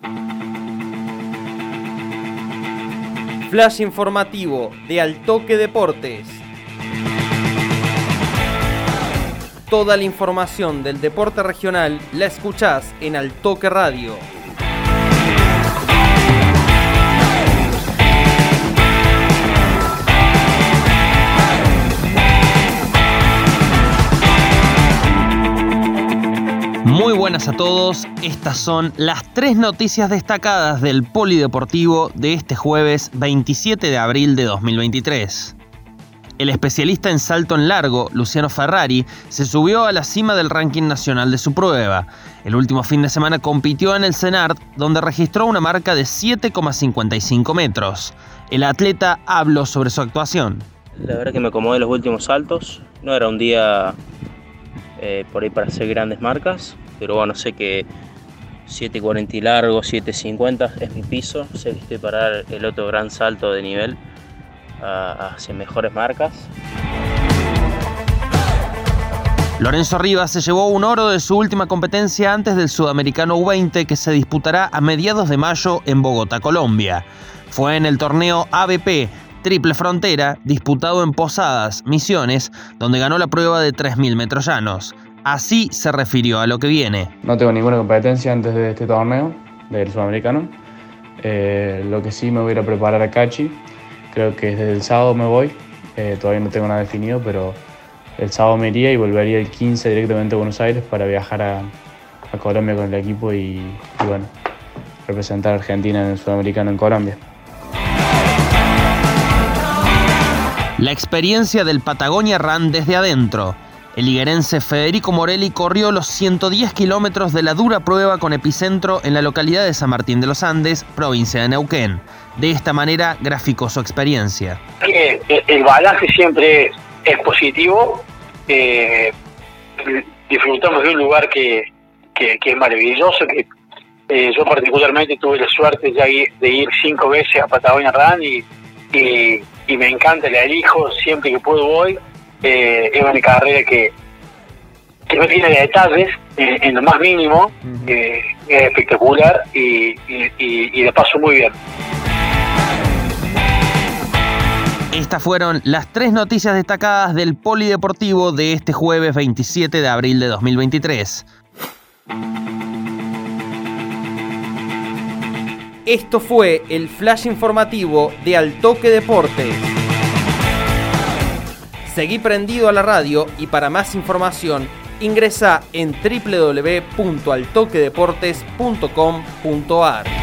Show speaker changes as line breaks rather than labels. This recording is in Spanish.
Flash informativo de Al Toque Deportes. Toda la información del deporte regional la escuchás en Al Toque Radio. Muy buenas a todos, estas son las 3 noticias destacadas del polideportivo de este jueves 27 de abril de 2023. El especialista en salto en largo, Luciano Ferrari, se subió a la cima del ranking nacional de su prueba. El último fin de semana compitió en el CENART, donde registró una marca de 7,55 metros. El atleta habló sobre su actuación.
La verdad que me acomodé los últimos saltos, no era un día por ahí para hacer grandes marcas, pero bueno, sé que 7.40 y largo, 7.50 es mi piso, sé que estoy para dar el otro gran salto de nivel hacia mejores marcas.
Lorenzo Rivas se llevó un oro de su última competencia antes del Sudamericano U20 que se disputará a mediados de mayo en Bogotá, Colombia. Fue en el torneo ABP Triple Frontera, disputado en Posadas, Misiones, donde ganó la prueba de 3.000 metros llanos. Así se refirió a lo que viene.
No tengo ninguna competencia antes de este torneo, del Sudamericano. Lo que sí me voy a ir a preparar a Cachi. Creo que desde el sábado me voy. Todavía no tengo nada definido, pero el sábado me iría y volvería el 15 directamente a Buenos Aires para viajar a Colombia con el equipo y bueno, representar a Argentina en el Sudamericano en Colombia.
La experiencia del Patagonia Run desde adentro. El higuerense Federico Morelli corrió los 110 kilómetros de la dura prueba con epicentro en la localidad de San Martín de los Andes, provincia de Neuquén. De esta manera graficó su experiencia.
El bagaje siempre es positivo. Disfrutamos de un lugar que es maravilloso. Yo particularmente tuve la suerte de ir 5 veces a Patagonia Run y me encanta, la elijo, siempre que puedo voy. Es una carrera que no tiene detalles en lo más mínimo, es espectacular y la paso muy bien.
Estas fueron las 3 noticias destacadas del polideportivo de este jueves 27 de abril de 2023. Esto fue el flash informativo de Al Toque Deportes. Seguí prendido a la radio y para más información ingresá en www.altoquedeportes.com.ar.